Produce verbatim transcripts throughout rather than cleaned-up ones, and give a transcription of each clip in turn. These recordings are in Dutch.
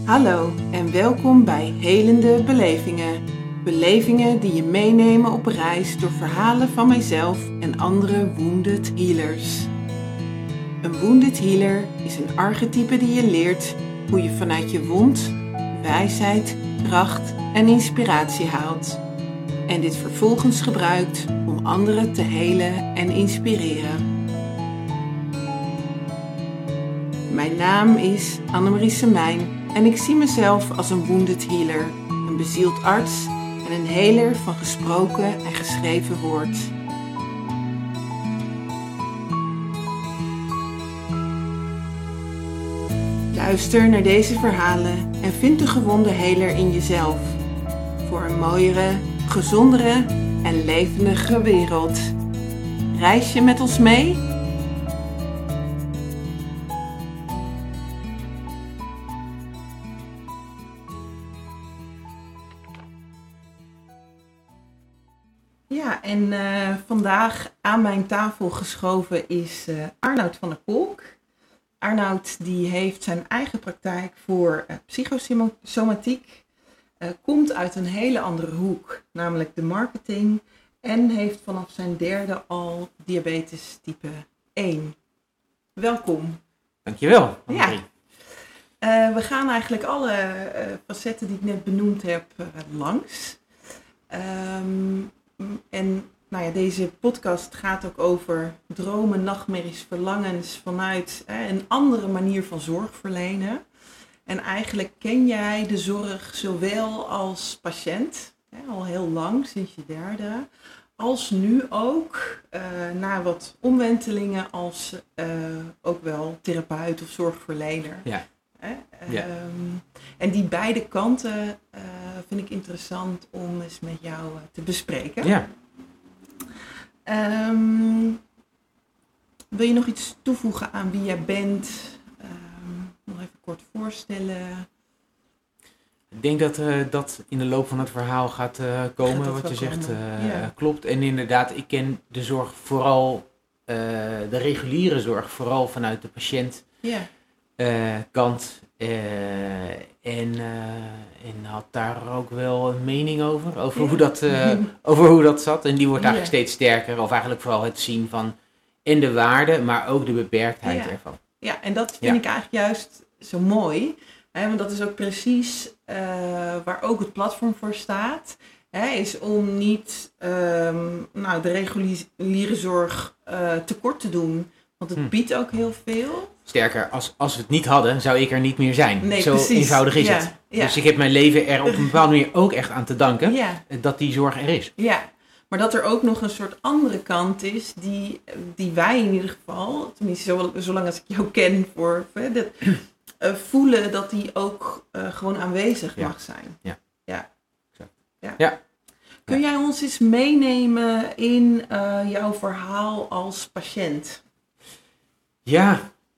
Hallo en welkom bij Helende Belevingen. Belevingen die je meenemen op reis door verhalen van mijzelf en andere wounded healers. Een wounded healer is een archetype die je leert hoe je vanuit je wond wijsheid, kracht en inspiratie haalt. En dit vervolgens gebruikt om anderen te helen en inspireren. Mijn naam is Annemarie Semijn en ik zie mezelf als een wounded healer, een bezield arts en een heler van gesproken en geschreven woord. Luister naar deze verhalen en vind de gewonde heler in jezelf. Voor een mooiere, gezondere en levendige wereld. Reis je met ons mee? Ja, en uh, vandaag aan mijn tafel geschoven is uh, Arnoud van der Kolk. Arnoud die heeft zijn eigen praktijk voor uh, psychosomatiek. Uh, komt uit een hele andere hoek, namelijk de marketing. En heeft vanaf zijn derde al diabetes type één. Welkom. Dankjewel. Ja. Uh, we gaan eigenlijk alle uh, facetten die ik net benoemd heb uh, langs. Um, En nou ja, deze podcast gaat ook over dromen, nachtmerries, verlangens vanuit hè, een andere manier van zorg verlenen. En eigenlijk ken jij de zorg zowel als patiënt, hè, al heel lang, sinds je derde, als nu ook, uh, na wat omwentelingen, als uh, ook wel therapeut of zorgverlener. Ja. Hè? Ja. Um, en die beide kanten uh, vind ik interessant om eens met jou uh, te bespreken. Ja. Um, wil je nog iets toevoegen aan wie jij bent? Um, nog even kort voorstellen. Ik denk dat uh, dat in de loop van het verhaal gaat uh, komen, gaat wat je zegt, uh, ja. klopt. En inderdaad, ik ken de zorg vooral, uh, de reguliere zorg, vooral vanuit de patiënt. Ja. Uh, kant uh, en, uh, en had daar ook wel een mening over, over, ja. hoe, dat, uh, over hoe dat zat. En die wordt eigenlijk ja. steeds sterker, of eigenlijk vooral het zien van en de waarde, maar ook de beperktheid ja. ervan. Ja, en dat vind ja. ik eigenlijk juist zo mooi, hè, want dat is ook precies uh, waar ook het platform voor staat, hè, is om niet um, nou, de reguliere zorg uh, tekort te doen, want het hm. biedt ook heel veel. Sterker, als, als we het niet hadden, zou ik er niet meer zijn. Nee, Zo precies. eenvoudig is ja, het. Ja. Dus ik heb mijn leven er op een bepaalde manier ook echt aan te danken ja. dat die zorg er is. Ja, maar dat er ook nog een soort andere kant is die, die wij in ieder geval, tenminste zolang als ik jou ken, voor dat, uh, voelen dat die ook uh, gewoon aanwezig ja. mag zijn. Ja. Ja. Exact. Ja. ja. Kun jij ons eens meenemen in uh, jouw verhaal als patiënt? Ja,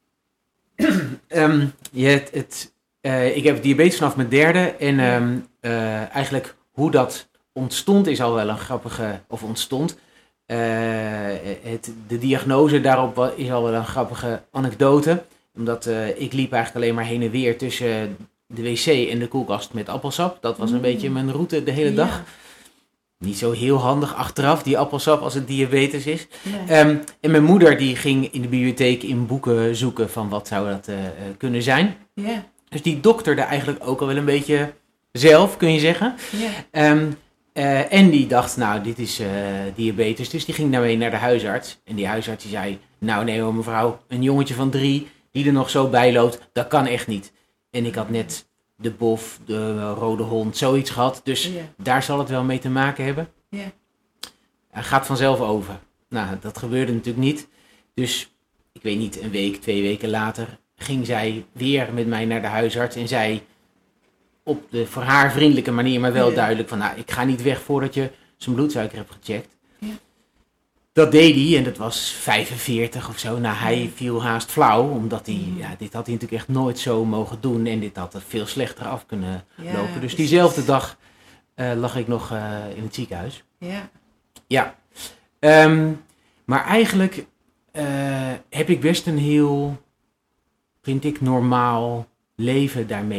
um, je, het, het, uh, ik heb diabetes vanaf mijn derde en um, uh, eigenlijk hoe dat ontstond is al wel een grappige, of ontstond. Uh, het, de diagnose daarop is al wel een grappige anekdote, omdat uh, ik liep eigenlijk alleen maar heen en weer tussen de wc en de koelkast met appelsap. Dat was een mm. beetje mijn route de hele dag. Ja. Niet zo heel handig achteraf, die appelsap, als het diabetes is. Nee. Um, en mijn moeder die ging in de bibliotheek in boeken zoeken van wat zou dat uh, kunnen zijn. Yeah. Dus die dokterde eigenlijk ook al wel een beetje zelf, kun je zeggen. Yeah. Um, uh, en die dacht, nou, dit is uh, diabetes. Dus die ging daarmee naar de huisarts. En die huisarts die zei, nou nee hoor mevrouw, een jongetje van drie die er nog zo bij loopt, dat kan echt niet. En ik had net de bof, de rode hond, zoiets gehad. Dus yeah. daar zal het wel mee te maken hebben. Yeah. Hij gaat vanzelf over. Nou, dat gebeurde natuurlijk niet. Dus, ik weet niet, een week, twee weken later ging zij weer met mij naar de huisarts. En zei op de voor haar vriendelijke manier, maar wel yeah. duidelijk van, nou, ik ga niet weg voordat je zijn bloedsuiker hebt gecheckt. Yeah. Dat deed hij en dat was vijfenveertig of zo. Nou, hij viel haast flauw, omdat hij, mm. ja, dit had hij natuurlijk echt nooit zo mogen doen. En dit had er veel slechter af kunnen ja, lopen. Dus precies. Diezelfde dag uh, lag ik nog uh, in het ziekenhuis. Ja. Ja. Um, maar eigenlijk uh, heb ik best een heel, vind ik, normaal leven daarmee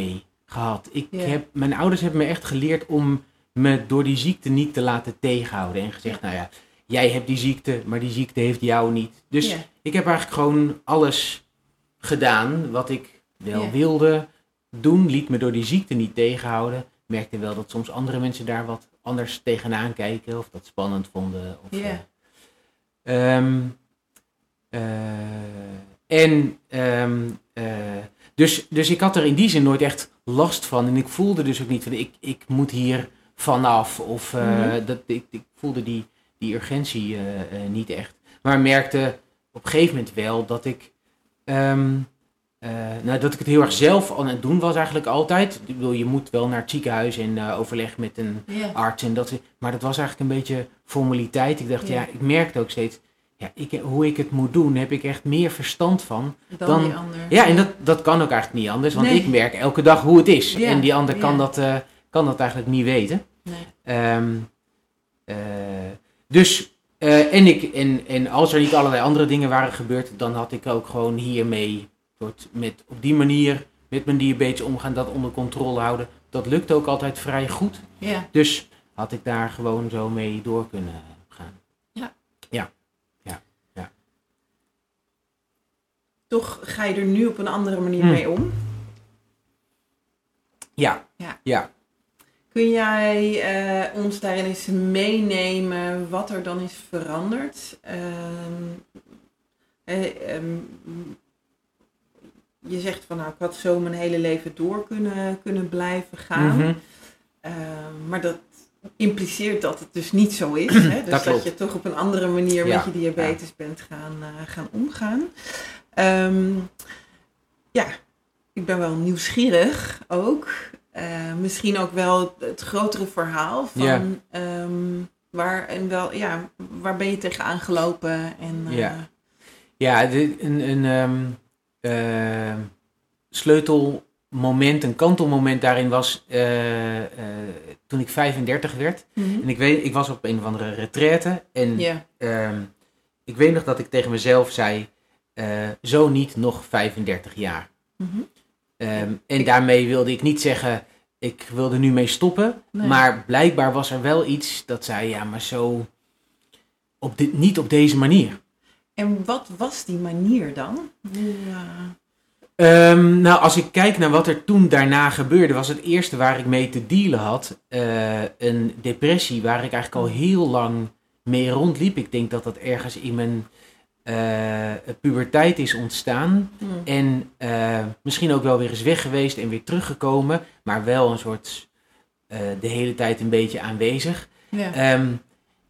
gehad. Ik Ja. heb, mijn ouders hebben me echt geleerd om me door die ziekte niet te laten tegenhouden. En gezegd, nou ja, jij hebt die ziekte, maar die ziekte heeft jou niet. Dus Ja. ik heb eigenlijk gewoon alles gedaan wat ik wel Ja. wilde doen. Liet me door die ziekte niet tegenhouden. Merkte wel dat soms andere mensen daar wat anders tegenaan kijken. Of dat spannend vonden. Of, Ja. uh, um, uh, en um, uh, dus, dus ik had er in die zin nooit echt last van. En ik voelde dus ook niet van ik, ik moet hier vanaf. Of uh, Mhm. dat, ik, ik voelde die, die urgentie uh, uh, niet echt. Maar merkte op een gegeven moment wel dat ik... Um, uh, nou, dat ik het heel erg zelf aan het doen was eigenlijk altijd. Ik bedoel, je moet wel naar het ziekenhuis en uh, overleg met een Ja. arts. En dat, maar dat was eigenlijk een beetje formaliteit. Ik dacht, Ja. ja, ik merkte ook steeds... Ja, ik, hoe ik het moet doen, heb ik echt meer verstand van. Dan, Dan- die ander. Ja, en dat, dat kan ook eigenlijk niet anders. Want Nee. ik merk elke dag hoe het is. Ja, En die ander kan, ja. dat, uh, kan dat eigenlijk niet weten. Nee. Um, uh, dus, uh, en, ik, en, en als er niet allerlei andere dingen waren gebeurd, dan had ik ook gewoon hiermee, soort met, op die manier, met mijn diabetes omgaan, dat onder controle houden. Dat lukt ook altijd vrij goed. Ja. Dus had ik daar gewoon zo mee door kunnen gaan. Ja. Ja. Ja. Ja. Toch ga je er nu op een andere manier Hmm. mee om. Ja. Ja. Ja. Kun jij uh, ons daarin eens meenemen wat er dan is veranderd? Um, eh, um, je zegt van nou, ik had zo mijn hele leven door kunnen, kunnen blijven gaan. Mm-hmm. Uh, maar dat impliceert dat het dus niet zo is. Hè? Dus dat, dat je toch op een andere manier Ja. met je diabetes ja. bent gaan, uh, gaan omgaan. Um, ja, ik ben wel nieuwsgierig ook. Uh, misschien ook wel het grotere verhaal van ja. um, waar, en wel, ja, waar ben je tegenaan gelopen? En, uh, ja, ja de, een, een um, uh, sleutelmoment, een kantelmoment daarin was uh, uh, toen ik vijfendertig werd. Mm-hmm. En ik, weet, ik was op een of andere retraite en yeah. um, ik weet nog dat ik tegen mezelf zei, uh, zo niet nog vijfendertig jaar. Mm-hmm. Um, en daarmee wilde ik niet zeggen, ik wilde nu mee stoppen. Nee. Maar blijkbaar was er wel iets dat zei, ja, maar zo, op dit, niet op deze manier. En wat was die manier dan? Ja. Um, nou, als ik kijk naar wat er toen daarna gebeurde, was het eerste waar ik mee te dealen had, uh, een depressie waar ik eigenlijk al heel lang mee rondliep. Ik denk dat dat ergens in mijn... Uh, puberteit is ontstaan mm. en uh, misschien ook wel weer eens weg geweest en weer teruggekomen, maar wel een soort uh, de hele tijd een beetje aanwezig. Ja. Um,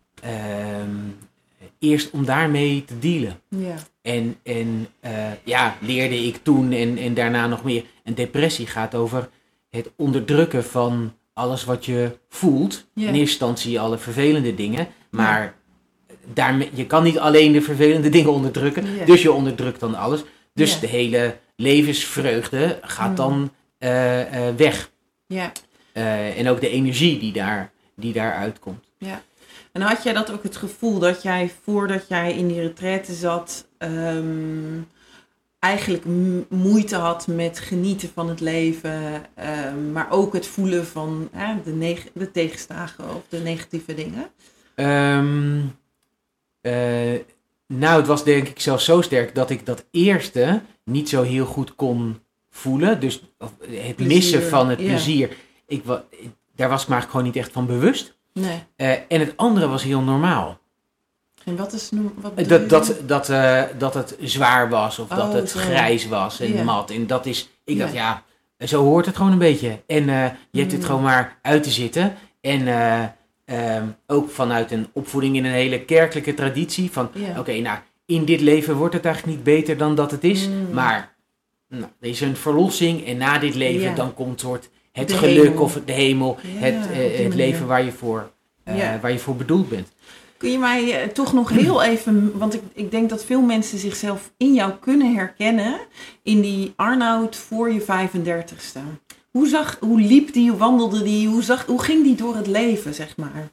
um, eerst om daarmee te dealen. Ja. En, en uh, ja, leerde ik toen en, en daarna nog meer. Een depressie gaat over het onderdrukken van alles wat je voelt. Ja. In eerste instantie alle vervelende dingen, maar... Ja. Daarmee, je kan niet alleen de vervelende dingen onderdrukken, yeah. dus je onderdrukt dan alles. Dus yeah. de hele levensvreugde gaat mm. dan uh, uh, weg. Yeah. Uh, en ook de energie die, daar, die daaruit komt. Ja. En had jij dat ook het gevoel dat jij voordat jij in die retraite zat, um, eigenlijk moeite had met genieten van het leven, um, maar ook het voelen van uh, de, neg- de tegenslagen of de negatieve dingen? Um, Uh, nou, het was denk ik zelfs zo sterk dat ik dat eerste niet zo heel goed kon voelen. Dus het plezier. missen van het yeah. plezier, ik, wa- daar was ik me eigenlijk gewoon niet echt van bewust. Nee. Uh, en het andere was heel normaal. En wat is no- wat dat, dat, dat, uh, dat het zwaar was of oh, dat het zo. grijs was en yeah. mat. En dat is, ik yeah. dacht ja, zo hoort het gewoon een beetje. En uh, je hebt mm. het gewoon maar uit te zitten. En... Uh, Um, ook vanuit een opvoeding in een hele kerkelijke traditie. Van yeah. oké, okay, nou, in dit leven wordt het eigenlijk niet beter dan dat het is. Mm. Maar nou, er is een verlossing en na dit leven yeah. dan komt soort het de geluk hemel. of de hemel. Yeah, het uh, het leven waar je, voor, uh, yeah. waar je voor bedoeld bent. Kun je mij uh, toch nog heel even... Want ik, ik denk dat veel mensen zichzelf in jou kunnen herkennen. In die Arnoud voor je vijfendertigste. Hoe, zag, hoe liep die, hoe wandelde die, hoe, zag, hoe ging die door het leven, zeg maar?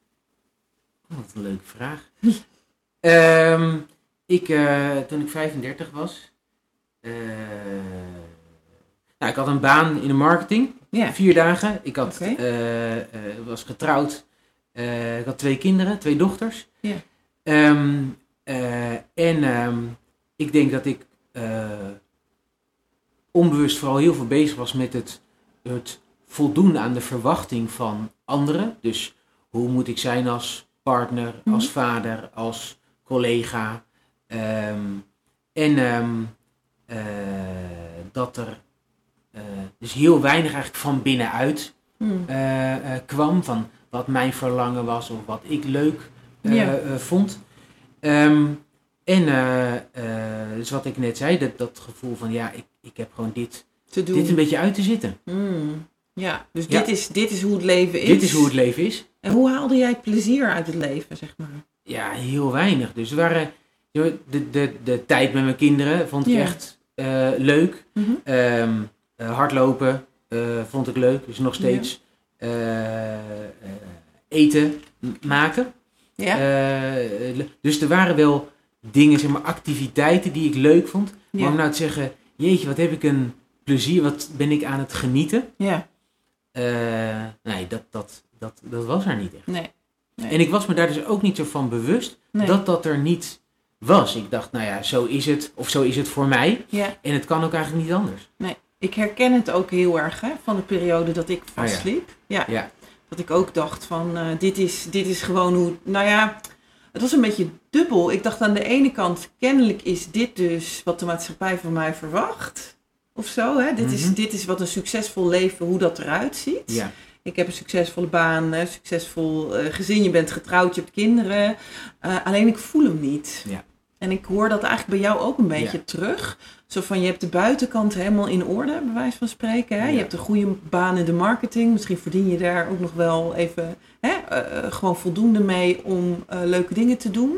Oh, wat een leuke vraag. um, ik, uh, toen ik vijfendertig was, uh, Nou, ik had een baan in de marketing. Ja. Vier dagen. Ik had, Oké. eh, eh, was getrouwd. Uh, ik had twee kinderen, twee dochters. Ja. Um, uh, en um, ik denk dat ik uh, onbewust vooral heel veel bezig was met het, het voldoen aan de verwachting van anderen. Dus hoe moet ik zijn als partner, Mm-hmm. als vader, als collega. Um, en um, uh, dat er uh, dus heel weinig eigenlijk van binnenuit Mm. uh, uh, kwam. Van wat mijn verlangen was of wat ik leuk uh, Ja. uh, vond. Um, en uh, uh, dus wat ik net zei, dat, dat gevoel van ja, ik, ik heb gewoon dit, Te doen. dit een beetje uit te zitten. Mm. Ja, dus Ja. Dit, is, dit is hoe het leven is. Dit is hoe het leven is. En hoe haalde jij plezier uit het leven, zeg maar? Ja, heel weinig. Dus er waren, de, de, de tijd met mijn kinderen vond ik Ja. echt uh, leuk. Mm-hmm. Um, uh, hardlopen uh, vond ik leuk, dus nog steeds. Ja. Uh, uh, eten m- maken. Ja. Uh, dus er waren wel dingen, zeg maar, activiteiten die ik leuk vond. Maar Ja. om nou te zeggen, jeetje, wat heb ik een plezier, wat ben ik aan het genieten. Ja. Uh, nee, dat, dat, dat, dat was er niet echt. Nee. Nee. En ik was me daar dus ook niet zo van bewust Nee. dat dat er niet was. Ik dacht, nou ja, zo is het, of zo is het voor mij. Ja. En het kan ook eigenlijk niet anders. Nee. Ik herken het ook heel erg, hè, van de periode dat ik vastsliep. Oh, ja. Ja. Ja. Dat ik ook dacht van, uh, dit, is, dit is gewoon hoe... Nou ja, het was een beetje dubbel. Ik dacht aan de ene kant, kennelijk is dit dus wat de maatschappij van mij verwacht. Of zo, hè. Dit, Mm-hmm. is, dit is wat een succesvol leven, hoe dat eruit ziet. Ja. Ik heb een succesvolle baan, een succesvol uh, gezin, je bent getrouwd, je hebt kinderen. Uh, alleen ik voel hem niet. Ja. En ik hoor dat eigenlijk bij jou ook een beetje ja. terug. Zo van, je hebt de buitenkant helemaal in orde, bij wijze van spreken. Hè? Ja. Je hebt een goede baan in de marketing. Misschien verdien je daar ook nog wel even hè, uh, gewoon voldoende mee om uh, leuke dingen te doen.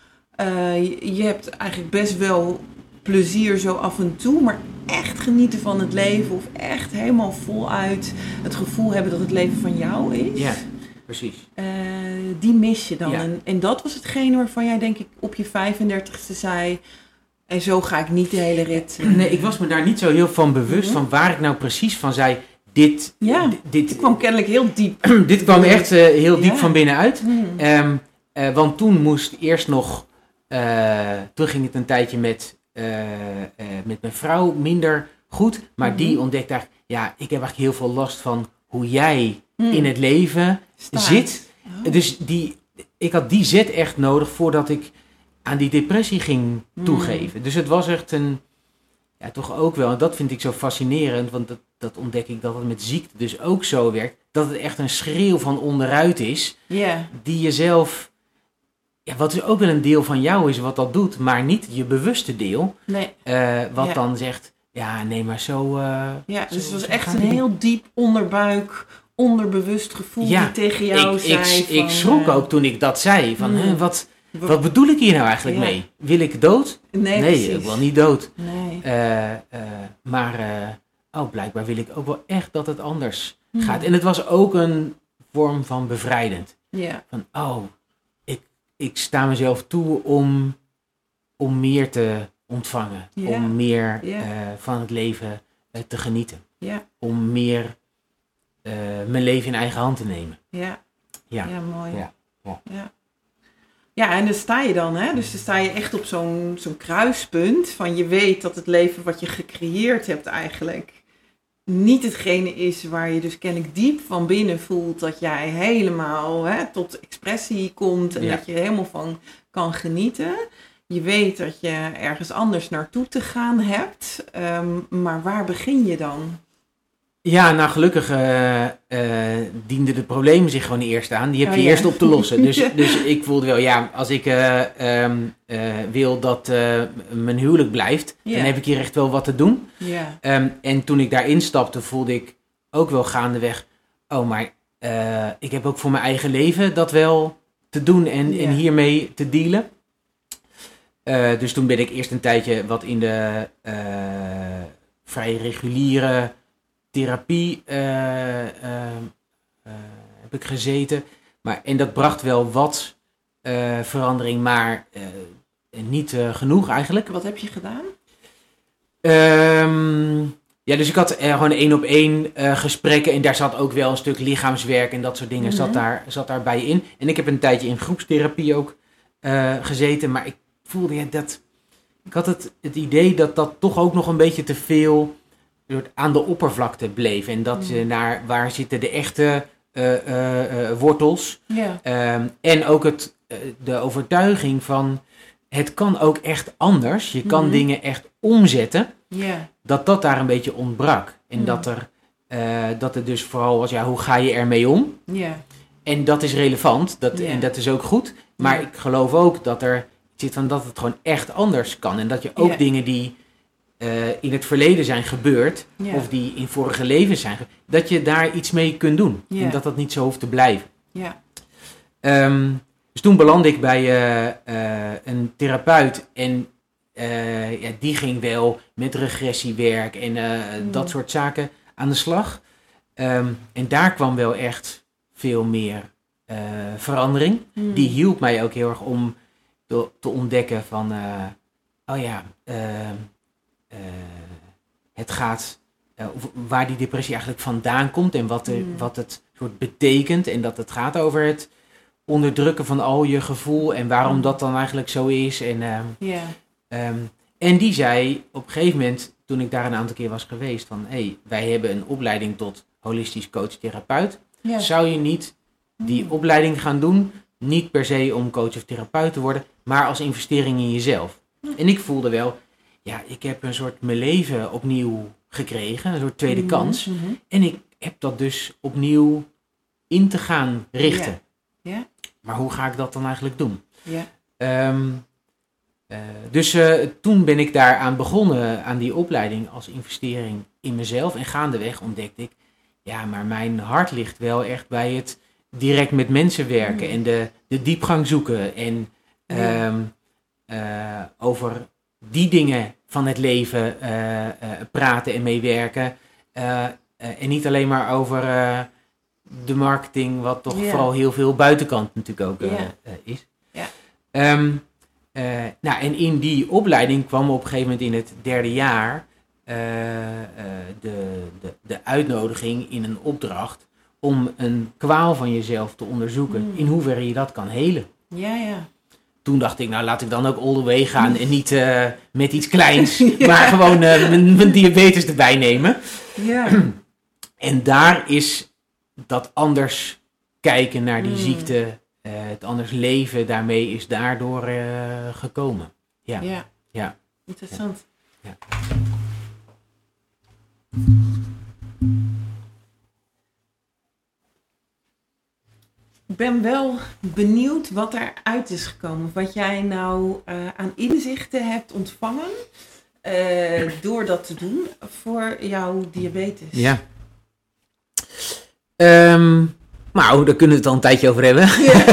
Uh, je, je hebt eigenlijk best wel plezier zo af en toe, maar echt genieten van het leven of echt helemaal voluit het gevoel hebben dat het leven van jou is. Ja, precies. Uh, die mis je dan. Ja. En, en dat was hetgene waarvan jij denk ik op je vijfendertigste zei, en zo ga ik niet de hele rit. Uh, nee, ik was me daar niet zo heel van bewust mm-hmm. van waar ik nou precies van zei, dit... Ja, d- dit het kwam kennelijk heel diep. dit kwam echt uh, heel diep ja. van binnenuit. Mm. Um, uh, want toen moest eerst nog, uh, toen ging het een tijdje met... Uh, uh, met mijn vrouw minder goed, maar mm-hmm. die ontdekte eigenlijk, ja, ik heb eigenlijk heel veel last van hoe jij mm. in het leven Staat. zit. Oh. Dus die, ik had die zet echt nodig voordat ik aan die depressie ging mm. toegeven. Dus het was echt een, ja, toch ook wel, en dat vind ik zo fascinerend, want dat, dat ontdek ik dat het met ziekte dus ook zo werkt, dat het echt een schreeuw van onderuit is, yeah. die jezelf... Ja, wat dus ook wel een deel van jou is wat dat doet, maar niet je bewuste deel. Nee. Uh, wat ja. dan zegt, ja nee, maar zo... Uh, ja, dus zo, het was zo echt een heel diep onderbuik, onderbewust gevoel ja, die tegen jou ik, zei. Ik, van, ik schrok uh, ook toen ik dat zei. Van, mm. hè, wat, wat bedoel ik hier nou eigenlijk ja. mee? Wil ik dood? Nee, nee ik wil niet dood. Nee. Uh, uh, maar uh, oh, blijkbaar wil ik ook wel echt dat het anders mm. gaat. En het was ook een vorm van bevrijdend. Ja. Van, oh... Ik sta mezelf toe om, om meer te ontvangen. Yeah. Om meer yeah. uh, van het leven uh, te genieten. Yeah. Om meer uh, mijn leven in eigen hand te nemen. Yeah. Ja, ja, mooi. Ja. Ja. Ja. Ja, en dan sta je dan, hè? Dus dan sta je echt op zo'n, zo'n kruispunt van je weet dat het leven wat je gecreëerd hebt eigenlijk niet hetgene is waar je dus kennelijk diep van binnen voelt dat jij helemaal hè, tot expressie komt en ja. dat je helemaal van kan genieten. Je weet dat je ergens anders naartoe te gaan hebt, um, maar waar begin je dan? Ja, nou gelukkig uh, uh, dienden de problemen zich gewoon eerst aan. Die heb je oh, ja. eerst op te lossen. Dus, dus ik voelde wel, ja, als ik uh, um, uh, wil dat uh, mijn huwelijk blijft, yeah. dan heb ik hier echt wel wat te doen. Yeah. Um, en toen ik daarin stapte, voelde ik ook wel gaandeweg, oh, maar uh, ik heb ook voor mijn eigen leven dat wel te doen en, yeah. en hiermee te dealen. Uh, dus toen ben ik eerst een tijdje wat in de uh, vrij reguliere therapie uh, uh, uh, heb ik gezeten. Maar, en dat bracht wel wat uh, verandering, maar uh, niet uh, genoeg eigenlijk. Wat heb je gedaan? Um, Ja, dus ik had uh, gewoon één op één uh, gesprekken en daar zat ook wel een stuk lichaamswerk en dat soort dingen mm-hmm. zat, daar, zat daarbij in. En ik heb een tijdje in groepstherapie ook uh, gezeten, maar ik voelde ja, dat... Ik had het, het idee dat dat toch ook nog een beetje te veel aan de oppervlakte bleef. En dat mm. naar waar zitten de echte uh, uh, uh, wortels. Yeah. Um, en ook het, uh, de overtuiging van het kan ook echt anders. Je kan mm-hmm. dingen echt omzetten. Yeah. Dat dat daar een beetje ontbrak. En mm. dat, er, uh, dat het dus vooral was, ja, hoe ga je ermee om? Yeah. En dat is relevant. Dat, yeah. En dat is ook goed. Maar yeah. ik geloof ook dat er zit van dat het gewoon echt anders kan. En dat je ook yeah. dingen die uh, in het verleden zijn gebeurd, yeah. of die in vorige levens zijn gebeurd, dat je daar iets mee kunt doen. Yeah. En dat dat niet zo hoeft te blijven. Yeah. Um, dus toen belandde ik bij uh, uh, een therapeut en uh, ja, die ging wel met regressiewerk en uh, mm. dat soort zaken aan de slag. Um, en daar kwam wel echt veel meer uh, verandering. Mm. Die hielp mij ook heel erg om te, te ontdekken van, uh, oh ja, uh, uh, het gaat, uh, waar die depressie eigenlijk vandaan komt en wat, de, mm. wat het soort betekent. En dat het gaat over het onderdrukken van al je gevoel en waarom mm. dat dan eigenlijk zo is. En, uh, yeah. um, en die zei op een gegeven moment, toen ik daar een aantal keer was geweest, van hé, hey, wij hebben een opleiding tot holistisch coach-therapeut. Yeah. Zou je niet die mm. opleiding gaan doen, niet per se om coach of therapeut te worden, maar als investering in jezelf. Mm. En ik voelde wel, ja, ik heb een soort mijn leven opnieuw gekregen, een soort tweede mm-hmm. kans. Mm-hmm. En ik heb dat dus opnieuw in te gaan richten. Yeah. Yeah. Maar hoe ga ik dat dan eigenlijk doen? Yeah. Um, uh, dus uh, toen ben ik daaraan begonnen, aan die opleiding als investering in mezelf. En gaandeweg ontdekte ik, ja, maar mijn hart ligt wel echt bij het direct met mensen werken mm. en de, de diepgang zoeken. En yeah. um, uh, over die dingen van het leven uh, uh, praten en meewerken. Uh, uh, en niet alleen maar over uh, de marketing, wat toch yeah. vooral heel veel buitenkant natuurlijk ook uh, yeah. uh, is. Yeah. Um, uh, nou, en in die opleiding kwam op een gegeven moment in het derde jaar uh, uh, de, de, de uitnodiging in een opdracht om een kwaal van jezelf te onderzoeken, mm. in hoeverre je dat kan helen. Ja, ja. Toen dacht ik, nou laat ik dan ook all the way gaan en niet uh, met iets kleins, ja. maar gewoon uh, mijn, mijn diabetes erbij nemen. Ja. En daar is dat anders kijken naar die mm. ziekte, uh, het anders leven daarmee is daardoor uh, gekomen. Ja. Ja. Ja. Interessant. Ja. Ik ben wel benieuwd wat eruit is gekomen. Wat jij nou uh, aan inzichten hebt ontvangen uh, door dat te doen voor jouw diabetes. Ja. Um, nou, daar kunnen we het al een tijdje over hebben.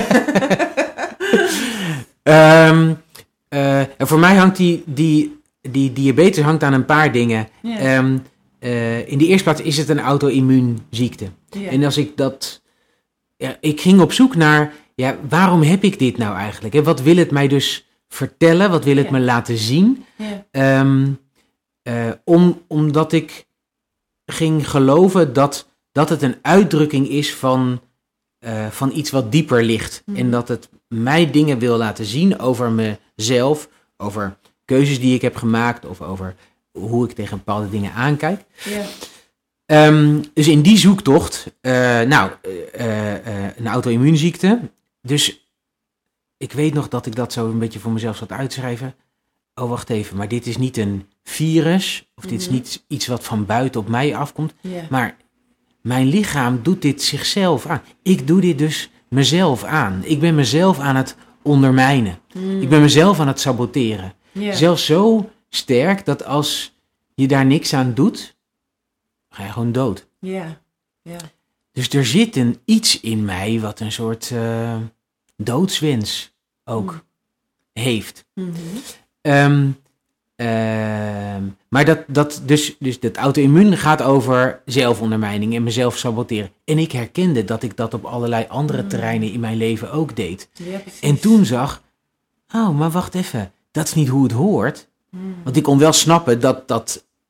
Yeah. um, uh, voor mij hangt die, die, die diabetes hangt aan een paar dingen. Yeah. Um, uh, in de eerste plaats is het een auto-immuunziekte. Yeah. En als ik dat... Ja, ik ging op zoek naar, ja, waarom heb ik dit nou eigenlijk? En wat wil het mij dus vertellen? Wat wil het yeah. me laten zien? Yeah. Um, uh, om, omdat ik ging geloven dat, dat het een uitdrukking is van, uh, van iets wat dieper ligt. Mm. En dat het mij dingen wil laten zien over mezelf, over keuzes die ik heb gemaakt of over hoe ik tegen bepaalde dingen aankijk. Yeah. Um, dus in die zoektocht, uh, nou, uh, uh, een auto-immuunziekte. Dus ik weet nog dat ik dat zo een beetje voor mezelf zat uitschrijven. Oh, wacht even, maar dit is niet een virus. Of dit is niet iets wat van buiten op mij afkomt. Yeah. Maar mijn lichaam doet dit zichzelf aan. Ik doe dit dus mezelf aan. Ik ben mezelf aan het ondermijnen. Mm. Ik ben mezelf aan het saboteren. Yeah. Zelfs zo sterk dat als je daar niks aan doet, ga je gewoon dood. Ja, yeah. ja. Yeah. Dus er zit een iets in mij wat een soort uh, doodswens ook mm. heeft. Mm-hmm. Um, uh, maar dat, dat dus, dus dat auto-immuun gaat over zelfondermijning en mezelf saboteren. En ik herkende dat ik dat op allerlei andere mm. terreinen in mijn leven ook deed. Ja, en toen zag, oh, maar wacht even, dat is niet hoe het hoort. Mm. Want ik kon wel snappen dat dat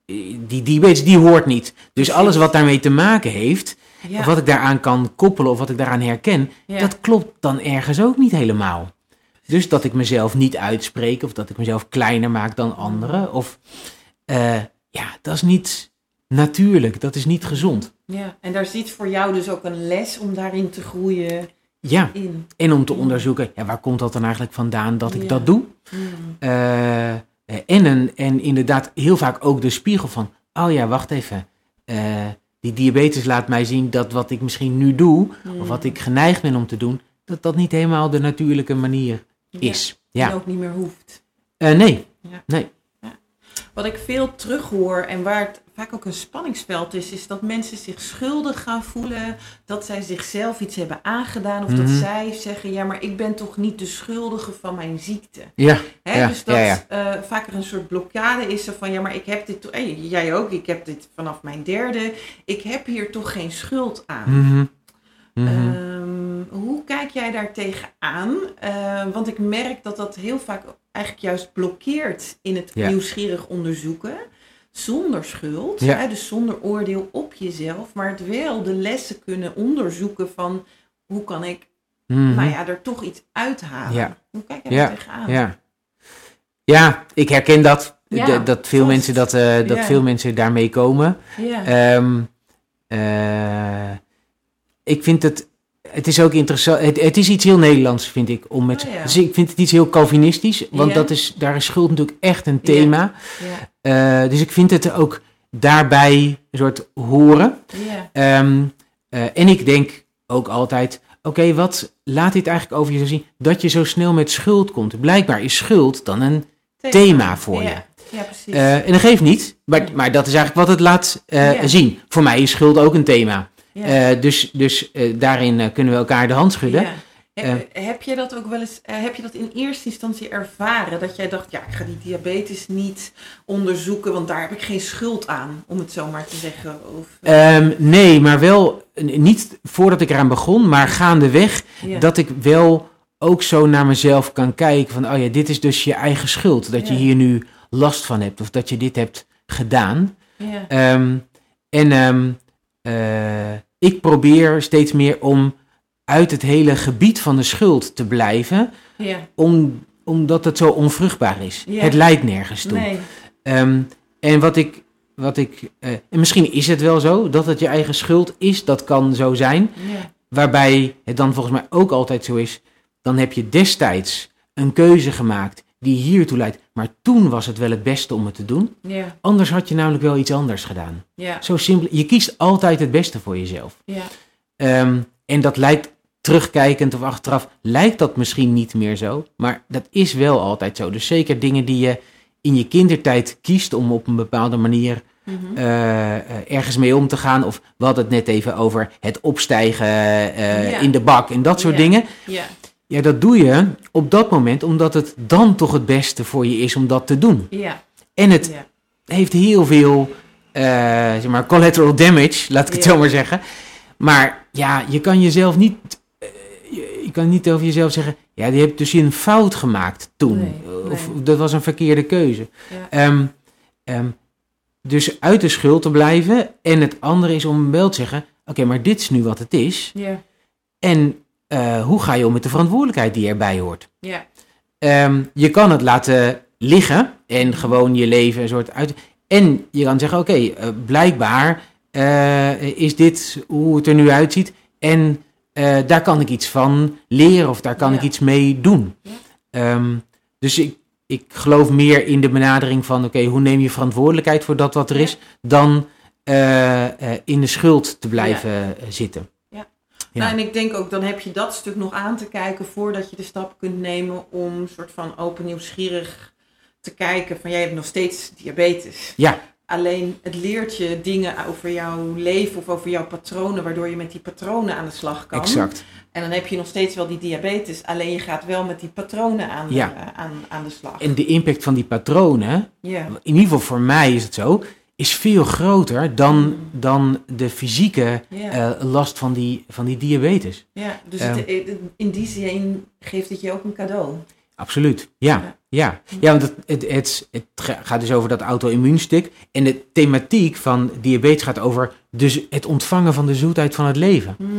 die diabetes, die hoort niet. Dus alles wat daarmee te maken heeft, Ja. of wat ik daaraan kan koppelen of wat ik daaraan herken, Ja. dat klopt dan ergens ook niet helemaal. Dus dat ik mezelf niet uitspreek of dat ik mezelf kleiner maak dan anderen. Of uh, ja, dat is niet natuurlijk, dat is niet gezond. Ja, en daar zit voor jou dus ook een les om daarin te groeien. Ja, in. En om te onderzoeken, ja, waar komt dat dan eigenlijk vandaan dat ik Ja. dat doe? Mm. Uh, en, een, en inderdaad heel vaak ook de spiegel van, oh ja, wacht even. Uh, die diabetes laat mij zien dat wat ik misschien nu doe, Mm. of wat ik geneigd ben om te doen, dat dat niet helemaal de natuurlijke manier is. Ja. Ja. En ook niet meer hoeft. Uh, nee, Ja. nee. Ja. Wat ik veel terughoor en waar het vaak ook een spanningsveld is, is dat mensen zich schuldig gaan voelen dat zij zichzelf iets hebben aangedaan. Of Mm-hmm. dat zij zeggen, ja, maar ik ben toch niet de schuldige van mijn ziekte. Ja, Hè? ja, Dus dat ja, ja. Uh, vaak er een soort blokkade is zo van, ja, maar ik heb dit, hey, jij ook, ik heb dit vanaf mijn derde. Ik heb hier toch geen schuld aan. Mm-hmm. Mm-hmm. Um, hoe kijk jij daar tegenaan? Uh, want ik merk dat dat heel vaak eigenlijk juist blokkeert in het Ja. nieuwsgierig onderzoeken. Zonder schuld, Ja. hè, dus zonder oordeel op jezelf. Maar het wel de lessen kunnen onderzoeken van hoe kan ik Mm-hmm. nou ja, er toch iets uithalen. Ja. Hoe kijk jij Ja. daar tegenaan? Ja. ja, ik herken dat. Ja, D- dat veel vast. mensen dat, uh, dat Ja. veel mensen daarmee komen. Ja. Um, uh, ik vind het, het is ook interessant, het, het is iets heel Nederlands, vind ik. Om met, Oh, ja. Dus ik vind het iets heel Calvinistisch, want Ja. dat is, daar is schuld natuurlijk echt een thema. Ja. Uh, dus ik vind het ook daarbij een soort horen. Ja. Um, uh, en ik denk ook altijd, oké, okay, wat laat dit eigenlijk over je zien? Dat je zo snel met schuld komt. Blijkbaar is schuld dan een thema, thema voor ja. je. Ja, precies. Uh, en dat geeft niet, maar, maar dat is eigenlijk wat het laat uh, Ja. zien. Voor mij is schuld ook een thema. Ja. Uh, dus dus uh, daarin uh, kunnen we elkaar de hand schudden. Ja. Heb, uh, heb je dat ook wel eens, uh, heb je dat in eerste instantie ervaren? Dat jij dacht, ja, ik ga die diabetes niet onderzoeken, want daar heb ik geen schuld aan, om het zo maar te zeggen. Of, uh... um, nee, maar wel, niet voordat ik eraan begon, maar gaandeweg, ja. dat ik wel ook zo naar mezelf kan kijken van, oh ja, dit is dus je eigen schuld. Dat ja. je hier nu last van hebt, of dat je dit hebt gedaan. Ja. Um, en um, uh, ik probeer steeds meer om uit het hele gebied van de schuld te blijven, ja. om, omdat het zo onvruchtbaar is. Ja. Het leidt nergens toe. Nee. Um, en wat ik, wat ik uh, en misschien is het wel zo, dat het je eigen schuld is, dat kan zo zijn, Ja. waarbij het dan volgens mij ook altijd zo is, dan heb je destijds een keuze gemaakt die hiertoe leidt, maar toen was het wel het beste om het te doen. Ja. Anders had je namelijk wel iets anders gedaan. Ja. Zo simpel. Je kiest altijd het beste voor jezelf. Ja. Um, en dat lijkt, terugkijkend of achteraf, lijkt dat misschien niet meer zo. Maar dat is wel altijd zo. Dus zeker dingen die je in je kindertijd kiest om op een bepaalde manier Mm-hmm. uh, ergens mee om te gaan. Of we hadden het net even over het opstijgen uh, Ja. in de bak en dat soort Ja. dingen. Ja. Ja, dat doe je op dat moment omdat het dan toch het beste voor je is om dat te doen. Ja. En het Ja. heeft heel veel, uh, zeg maar, collateral damage, laat ik het Ja. zo maar zeggen. Maar ja, je kan jezelf niet, uh, je, je kan niet over jezelf zeggen, ja, die hebt dus een fout gemaakt toen. Nee, Of nee. dat was een verkeerde keuze. Ja. Um, um, dus uit de schuld te blijven. En het andere is om wel te zeggen, oké, okay, maar dit is nu wat het is. Ja. En uh, hoe ga je om met de verantwoordelijkheid die erbij hoort? Ja. Um, je kan het laten liggen en gewoon je leven een soort uit. En je kan zeggen, oké, okay, uh, blijkbaar uh, is dit hoe het er nu uitziet. En uh, daar kan ik iets van leren of daar kan Ja. ik iets mee doen. Ja. Um, dus ik, ik geloof meer in de benadering van, oké, okay, hoe neem je verantwoordelijkheid voor dat wat er Ja. is, dan uh, uh, in de schuld te blijven Ja. uh, zitten. Ja. Ja. Nou, en ik denk ook, dan heb je dat stuk nog aan te kijken voordat je de stap kunt nemen om soort van open nieuwsgierig te kijken van, jij hebt nog steeds diabetes. Ja. Alleen het leert je dingen over jouw leven of over jouw patronen, waardoor je met die patronen aan de slag kan. Exact. En dan heb je nog steeds wel die diabetes, alleen je gaat wel met die patronen aan, Ja. uh, aan, aan de slag. En de impact van die patronen, Ja. in ieder geval voor mij is het zo, is veel groter dan, Mm. dan de fysieke Ja. uh, last van die, van die diabetes. Ja, dus Um, het, in die zin geeft het je ook een cadeau. Absoluut, ja. Ja, ja. ja want het, het, het, het gaat dus over dat auto-immuunstuk. En de thematiek van diabetes gaat over dus het ontvangen van de zoetheid van het leven. Mm.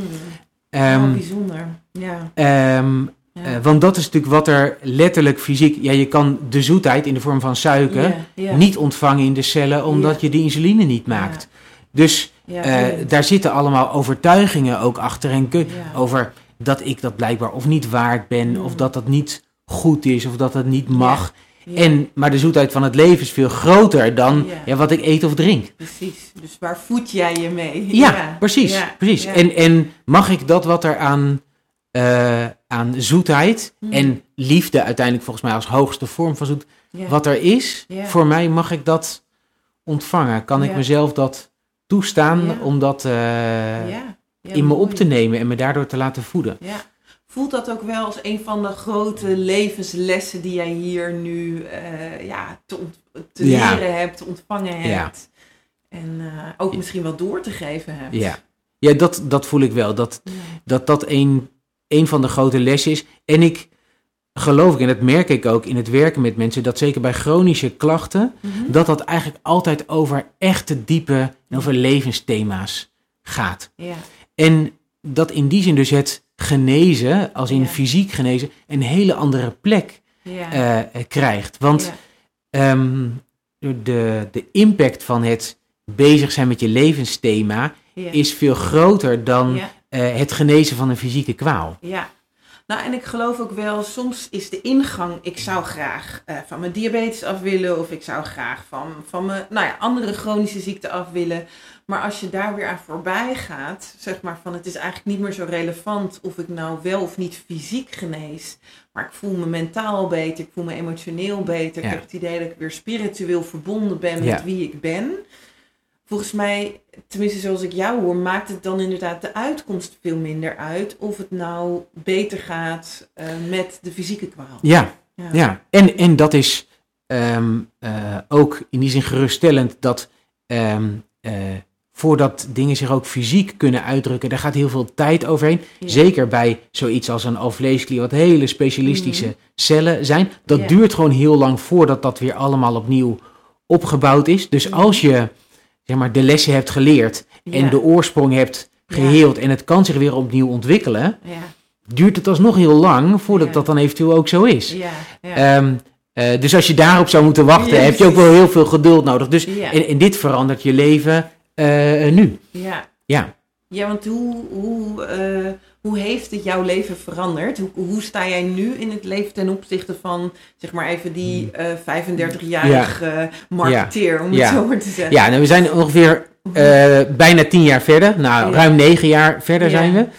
Um, oh, bijzonder, ja. Um, ja. Uh, want dat is natuurlijk wat er letterlijk fysiek... Ja, je kan de zoetheid in de vorm van suiker yeah, yeah. niet ontvangen in de cellen, omdat yeah. je de insuline niet maakt. Ja. Dus ja, uh, daar zitten allemaal overtuigingen ook achter. En kun, ja. over dat ik dat blijkbaar of niet waard ben, mm. of dat dat niet goed is, of dat dat niet mag. Ja. Ja. En, maar de zoetheid van het leven is veel groter dan ja. Ja, wat ik eet of drink. Precies, dus waar voed jij je mee? Ja, ja. precies. Ja. precies. Ja. En, en mag ik dat wat er aan... Uh, aan zoetheid mm. en liefde uiteindelijk volgens mij als hoogste vorm van zoet, yeah. wat er is, yeah. voor mij mag ik dat ontvangen. Kan yeah. ik mezelf dat toestaan yeah. om dat uh, yeah. Yeah, in me op te nemen en me daardoor te laten voeden. Yeah. Voelt dat ook wel als een van de grote levenslessen die jij hier nu uh, ja, te, ont- te ja. leren hebt, te ontvangen hebt ja. en uh, ook misschien wel door te geven hebt? Ja, ja dat, dat voel ik wel. Dat ja. dat, dat een... een van de grote lessen is. En ik geloof ik, en dat merk ik ook in het werken met mensen, dat zeker bij chronische klachten, mm-hmm. dat dat eigenlijk altijd over echte diepe en over levensthema's gaat. Ja. En dat in die zin dus het genezen, als in ja. fysiek genezen, een hele andere plek ja. uh, krijgt. Want ja. um, de, de impact van het bezig zijn met je levensthema ja. is veel groter dan ja. uh, het genezen van een fysieke kwaal. Ja. Nou, en ik geloof ook wel, soms is de ingang, ik zou graag uh, van mijn diabetes af willen, of ik zou graag van, van mijn nou ja, andere chronische ziekte af willen. Maar als je daar weer aan voorbij gaat, zeg maar van het is eigenlijk niet meer zo relevant of ik nou wel of niet fysiek genees. Maar ik voel me mentaal beter, ik voel me emotioneel beter. Ja. Ik heb het idee dat ik weer spiritueel verbonden ben met ja. wie ik ben. Volgens mij, tenminste zoals ik jou hoor, maakt het dan inderdaad de uitkomst veel minder uit of het nou beter gaat uh, met de fysieke kwaal. Ja, ja. ja. En, en dat is um, uh, ook in die zin geruststellend dat um, uh, voordat dingen zich ook fysiek kunnen uitdrukken, daar gaat heel veel tijd overheen. Ja. Zeker bij zoiets als een alvleesklier, wat hele specialistische mm-hmm. cellen zijn. Dat ja. duurt gewoon heel lang voordat dat weer allemaal opnieuw opgebouwd is. Dus mm-hmm. als je zeg maar, de lessen hebt geleerd en ja. de oorsprong hebt geheeld ja. en het kan zich weer opnieuw ontwikkelen, ja. duurt het alsnog heel lang voordat ja. dat dan eventueel ook zo is. Ja. Ja. Um, uh, dus als je daarop zou moeten wachten, ja, heb je ook wel heel veel geduld nodig. Dus ja. en, en dit verandert je leven uh, nu. Ja. Ja. Ja, want hoe, hoe, uh, hoe heeft het jouw leven veranderd? Hoe, hoe sta jij nu in het leven ten opzichte van, zeg maar even die uh, vijfendertigjarige ja. marketeer, ja. om het ja. zo maar te zeggen? Ja, nou, we zijn ongeveer uh, bijna tien jaar verder. Nou, ja. ruim negen jaar verder ja. zijn we.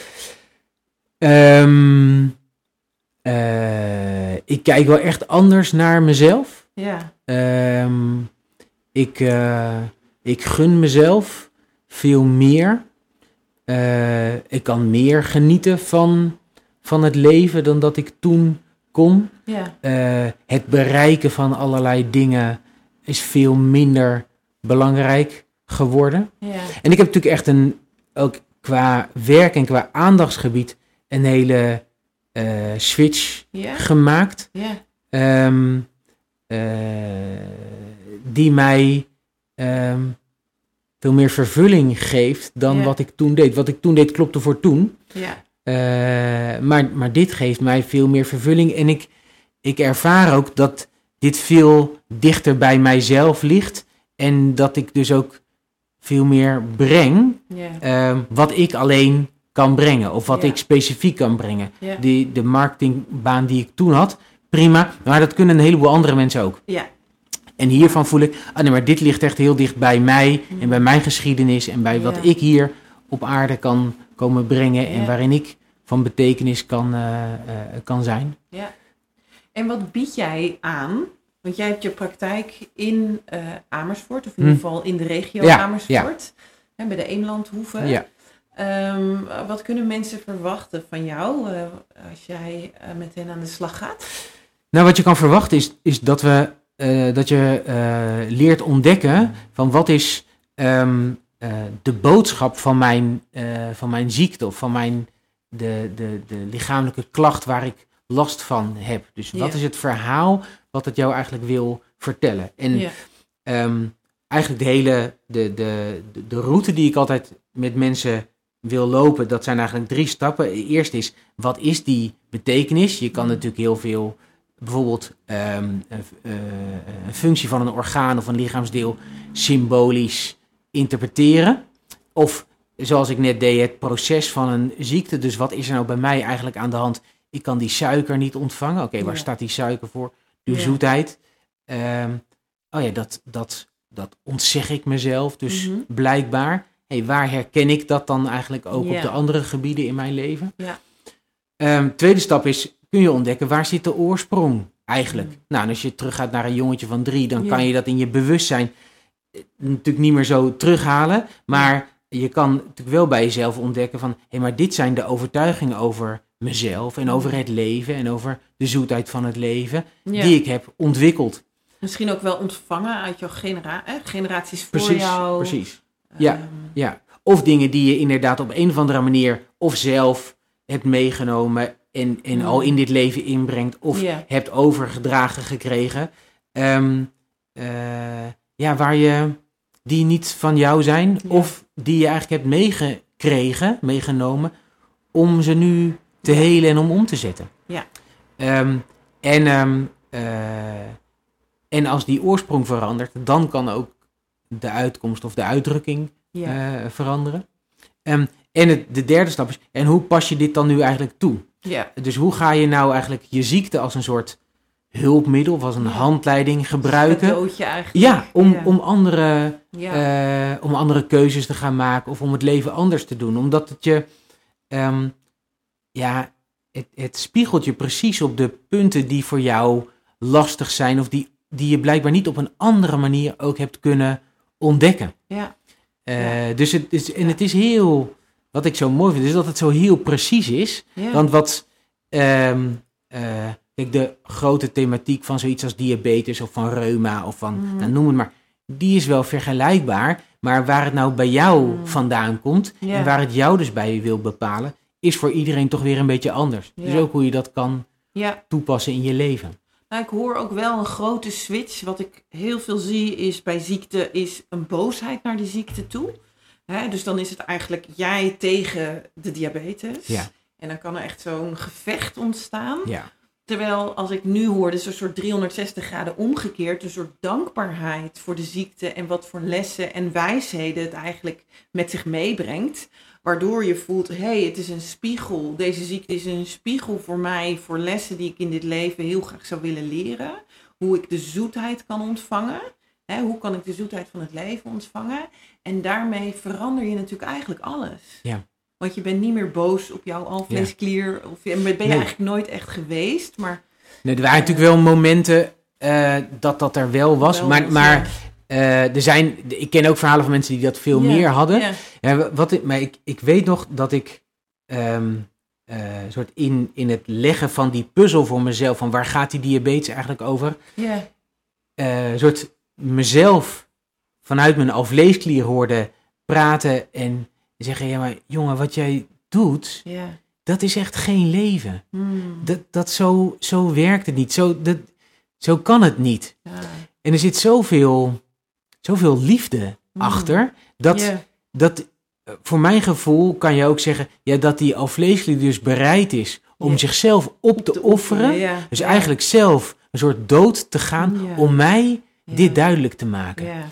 Um, uh, ik kijk wel echt anders naar mezelf. Ja. Um, ik, uh, ik gun mezelf veel meer. Uh, ik kan meer genieten van, van het leven dan dat ik toen kon. Ja. Uh, het bereiken van allerlei dingen is veel minder belangrijk geworden. Ja. En ik heb natuurlijk echt een, ook qua werk en qua aandachtsgebied een hele uh, switch ja. gemaakt. Ja. Um, uh, die mij Um, veel meer vervulling geeft dan ja. wat ik toen deed. Wat ik toen deed klopte voor toen. Ja. Uh, maar, maar dit geeft mij veel meer vervulling. En ik, ik ervaar ook dat dit veel dichter bij mijzelf ligt. En dat ik dus ook veel meer breng. Ja. Uh, wat ik alleen kan brengen. Of wat ja. ik specifiek kan brengen. Ja. Die, de marketingbaan die ik toen had, prima. Maar dat kunnen een heleboel andere mensen ook. Ja. En hiervan voel ik, ah nee, maar dit ligt echt heel dicht bij mij en bij mijn geschiedenis en bij wat ja. ik hier op aarde kan komen brengen en ja. waarin ik van betekenis kan, uh, uh, kan zijn. Ja. En wat bied jij aan? Want jij hebt je praktijk in uh, Amersfoort, of in ieder geval in de regio ja. Amersfoort, ja. Hè, bij de Eemlandhoeve. Ja. Um, wat kunnen mensen verwachten van jou uh, als jij uh, met hen aan de slag gaat? Nou, wat je kan verwachten is, is dat we Uh, dat je uh, leert ontdekken van wat is um, uh, de boodschap van mijn, uh, van mijn ziekte of van mijn, de, de, de lichamelijke klacht waar ik last van heb. Dus wat Ja. is het verhaal wat het jou eigenlijk wil vertellen? En Ja. um, eigenlijk de hele de, de, de, de route die ik altijd met mensen wil lopen, dat zijn eigenlijk drie stappen. Eerst is, wat is die betekenis? Je kan Mm. natuurlijk heel veel, bijvoorbeeld um, uh, uh, een functie van een orgaan of een lichaamsdeel symbolisch interpreteren. Of zoals ik net deed, het proces van een ziekte. Dus wat is er nou bij mij eigenlijk aan de hand? Ik kan die suiker niet ontvangen. Oké, okay, waar Ja. staat die suiker voor? De Ja. zoetheid. Um, oh ja, dat, dat, dat ontzeg ik mezelf. Dus Mm-hmm. blijkbaar. Hey, waar herken ik dat dan eigenlijk ook Ja. op de andere gebieden in mijn leven? Ja. Um, tweede stap is, kun je ontdekken, waar zit de oorsprong eigenlijk? Mm. Nou, en als je teruggaat naar een jongetje van drie, dan Ja. kan je dat in je bewustzijn natuurlijk niet meer zo terughalen. Maar je kan natuurlijk wel bij jezelf ontdekken van, hé, hey, maar dit zijn de overtuigingen over mezelf en over het leven en over de zoetheid van het leven Ja. die ik heb ontwikkeld. Misschien ook wel ontvangen uit jouw genera- eh, generaties voor Precies, jou. precies. Ja, Ehm, ja. Of dingen die je inderdaad op een of andere manier of zelf hebt meegenomen en, en Mm. al in dit leven inbrengt of Ja. hebt overgedragen gekregen. Um, uh, ja, waar je, die niet van jou zijn Ja. of die je eigenlijk hebt meegekregen, meegenomen, om ze nu te helen en om om te zetten. Ja. Um, en, um, uh, en als die oorsprong verandert, dan kan ook de uitkomst of de uitdrukking Ja. uh, veranderen. Um, en het, de derde stap is, en hoe pas je dit dan nu eigenlijk toe? Ja. Dus hoe ga je nou eigenlijk je ziekte als een soort hulpmiddel of als een Ja. handleiding gebruiken? Een cadeautje eigenlijk. Ja, om, Ja. om, andere, Ja. uh, om andere keuzes te gaan maken of om het leven anders te doen. Omdat het je, um, ja, het, het spiegelt je precies op de punten die voor jou lastig zijn of die, die je blijkbaar niet op een andere manier ook hebt kunnen ontdekken. Ja. Uh, Ja. Dus het is, en Ja. het is heel, wat ik zo mooi vind, is dat het zo heel precies is. Ja. Want wat, um, uh, kijk, de grote thematiek van zoiets als diabetes of van reuma of van, Mm. nou, noem het maar, die is wel vergelijkbaar. Maar waar het nou bij jou Mm. vandaan komt Ja. en waar het jou dus bij wil bepalen, is voor iedereen toch weer een beetje anders. Ja. Dus ook hoe je dat kan Ja. toepassen in je leven. Nou, ik hoor ook wel een grote switch. Wat ik heel veel zie is bij ziekte is een boosheid naar de ziekte toe. Hè, dus dan is het eigenlijk jij tegen de diabetes. Ja. En dan kan er echt zo'n gevecht ontstaan. Ja. Terwijl als ik nu hoor, dus een soort driehonderdzestig graden omgekeerd. Een soort dankbaarheid voor de ziekte en wat voor lessen en wijsheden het eigenlijk met zich meebrengt. Waardoor je voelt, hé, hey, het is een spiegel. Deze ziekte is een spiegel voor mij, voor lessen die ik in dit leven heel graag zou willen leren. Hoe ik de zoetheid kan ontvangen. Hè, hoe kan ik de zoetheid van het leven ontvangen? En daarmee verander je natuurlijk eigenlijk alles. Ja. Want je bent niet meer boos op jouw alvleesklier. Of ben je Nee. eigenlijk nooit echt geweest. Maar Nee, er waren natuurlijk wel momenten uh, dat dat er wel was. Wel maar was, maar ja. uh, er zijn, ik ken ook verhalen van mensen die dat veel Ja, meer hadden. ja. Ja, wat ik, maar ik, ik weet nog dat ik um, uh, soort in, in het leggen van die puzzel voor mezelf, van waar gaat die diabetes eigenlijk over, Ja. uh, soort mezelf vanuit mijn alvleesklier hoorde praten en zeggen, ja maar jongen, wat jij doet, Ja. dat is echt geen leven. Hmm. Dat, dat zo, zo werkt het niet. Zo, dat, zo kan het niet. Ja. En er zit zoveel, zoveel liefde Mm. achter. Dat, Ja. dat, voor mijn gevoel kan je ook zeggen, ja, dat die alvleesklier dus bereid is om Ja. zichzelf op te, offeren. Ja. Dus Ja. eigenlijk zelf een soort dood te gaan Ja. om mij Ja. dit duidelijk te maken. Ja.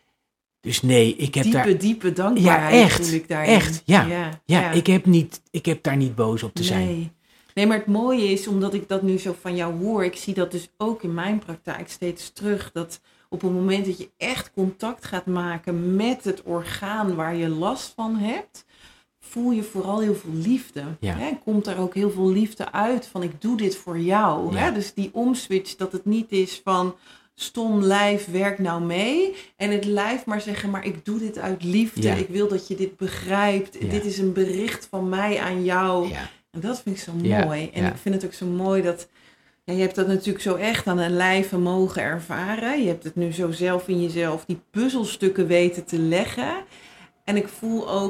Dus nee, ik heb Diepe, daar... diepe dankbaarheid. Ja, echt. voel ik daarin. Echt, ja. Ja, Ja, ja. Ik, heb niet, ik heb daar niet boos op te zijn. Nee. Nee, maar het mooie is, omdat ik dat nu zo van jou hoor, ik zie dat dus ook in mijn praktijk steeds terug, dat op het moment dat je echt contact gaat maken met het orgaan waar je last van hebt, voel je vooral heel veel liefde. Ja. Hè? Komt daar ook heel veel liefde uit van ik doe dit voor jou. Ja. Hè? Dus die omswitch, dat het niet is van stom lijf, werk nou mee. En het lijf maar zeggen, maar ik doe dit uit liefde. Ja. Ik wil dat je dit begrijpt. Ja. Dit is een bericht van mij aan jou. Ja. En dat vind ik zo Ja, mooi. En ja. ik vind het ook zo mooi dat... Ja, je hebt dat natuurlijk zo echt aan een lijve mogen ervaren. Je hebt het nu zo zelf in jezelf, die puzzelstukken weten te leggen. En ik voel ook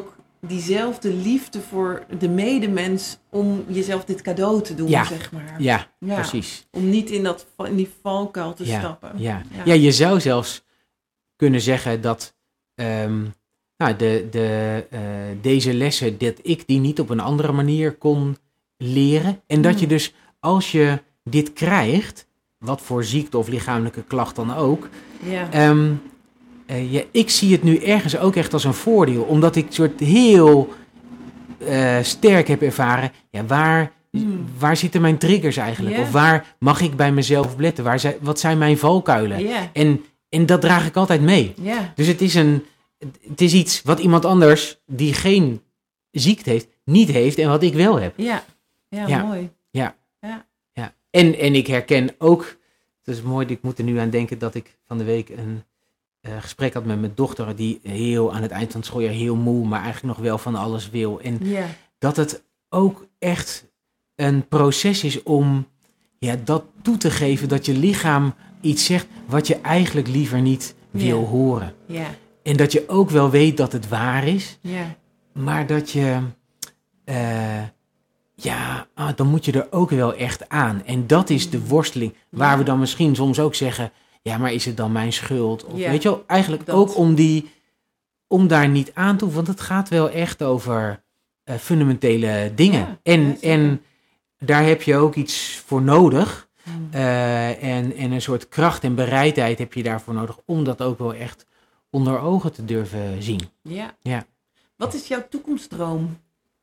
diezelfde liefde voor de medemens om jezelf dit cadeau te doen, ja. zeg maar. Ja, ja, precies. Om niet in, dat, in die valkuil te ja, stappen. Ja. Ja. ja, je zou zelfs kunnen zeggen dat um, nou, de, de, uh, deze lessen, dat ik die niet op een andere manier kon leren. En dat mm. je dus, als je dit krijgt, wat voor ziekte of lichamelijke klacht dan ook... Ja. Um, uh, ja, ik zie het nu ergens ook echt als een voordeel. Omdat ik soort heel uh, sterk heb ervaren, ja, waar... Mm. Waar zitten mijn triggers eigenlijk? Yeah. Of waar mag ik bij mezelf op letten? Waar zijn, wat zijn mijn valkuilen? Yeah. En, en dat draag ik altijd mee. Yeah. Dus het is, een, het is iets wat iemand anders die geen ziekte heeft, niet heeft en wat ik wel heb. Ja, ja, ja. mooi. Ja. Ja. Ja. En, en ik herken ook, het is mooi, ik moet er nu aan denken dat ik van de week een uh, gesprek had met mijn dochter, die heel aan het eind van het schooljaar heel moe, maar eigenlijk nog wel van alles wil. En yeah. dat het ook echt een proces is om ja, dat toe te geven, dat je lichaam iets zegt wat je eigenlijk liever niet wil yeah. horen. Yeah. En dat je ook wel weet dat het waar is, yeah. maar dat je, uh, ja, ah, dan moet je er ook wel echt aan. En dat is de worsteling, waar yeah. we dan misschien soms ook zeggen, ja, maar is het dan mijn schuld? Of yeah. weet je wel, eigenlijk dat. Ook om die, om daar niet aan te hoeven, want het gaat wel echt over uh, fundamentele dingen. Ja, en, ja, en daar heb je ook iets voor nodig. Mm. Uh, en, en een soort kracht en bereidheid heb je daarvoor nodig om dat ook wel echt onder ogen te durven zien. Ja. ja. Wat is jouw toekomstdroom?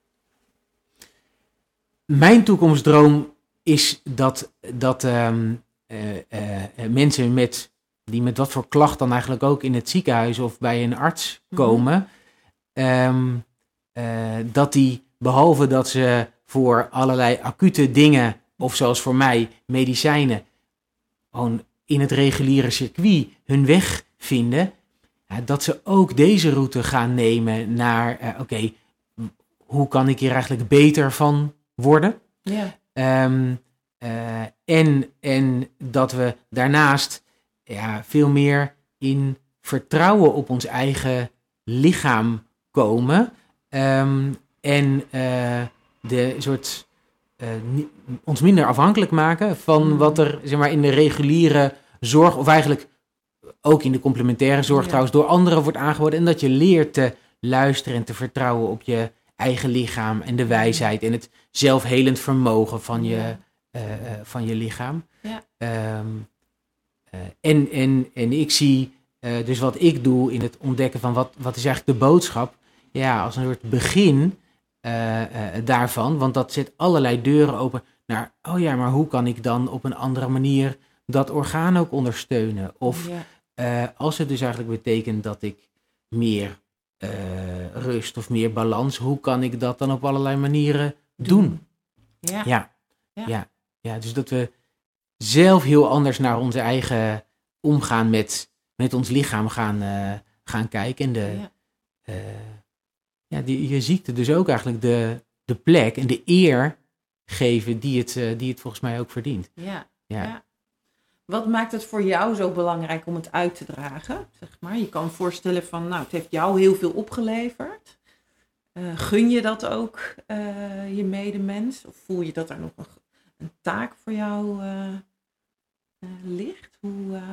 Mijn toekomstdroom is dat, dat um, uh, uh, mensen met, die met wat voor klacht dan eigenlijk ook in het ziekenhuis of bij een arts komen, mm-hmm. um, uh, dat die, behalve dat ze voor allerlei acute dingen, of zoals voor mij, medicijnen, gewoon in het reguliere circuit hun weg vinden, ja, dat ze ook deze route gaan nemen naar, uh, oké, okay, hoe kan ik hier eigenlijk beter van worden? Ja. Um, uh, en, en dat we daarnaast ja, veel meer in vertrouwen op ons eigen lichaam komen. Um, en uh, de soort uh, ni- ons minder afhankelijk maken van mm. wat er zeg maar, in de reguliere zorg, of eigenlijk ook in de complementaire zorg ja. trouwens, door anderen wordt aangeboden. En dat je leert te luisteren en te vertrouwen op je eigen lichaam en de wijsheid en het zelfhelend vermogen van je, ja. uh, uh, van je lichaam. Ja. Um, uh, en, en, en ik zie uh, dus wat ik doe in het ontdekken van wat, wat is eigenlijk de boodschap, ja, als een soort begin uh, uh, daarvan, want dat zet allerlei deuren open naar, oh ja, maar hoe kan ik dan op een andere manier dat orgaan ook ondersteunen? Of ja. uh, als het dus eigenlijk betekent dat ik meer uh, rust of meer balans, hoe kan ik dat dan op allerlei manieren doen? doen? Ja. Ja. Ja. Ja. Ja, dus dat we zelf heel anders naar onze eigen omgaan met, met ons lichaam gaan, uh, gaan kijken. En de, ja. Uh, ja, die, je ziekte dus ook eigenlijk de, de plek en de eer geven die het, uh, die het volgens mij ook verdient. Ja. Ja. Ja. Wat maakt het voor jou zo belangrijk om het uit te dragen? Zeg maar? Je kan voorstellen van, nou, het heeft jou heel veel opgeleverd. Uh, gun je dat ook uh, je medemens? Of voel je dat er nog een, een taak voor jou uh, uh, ligt? Hoe, uh...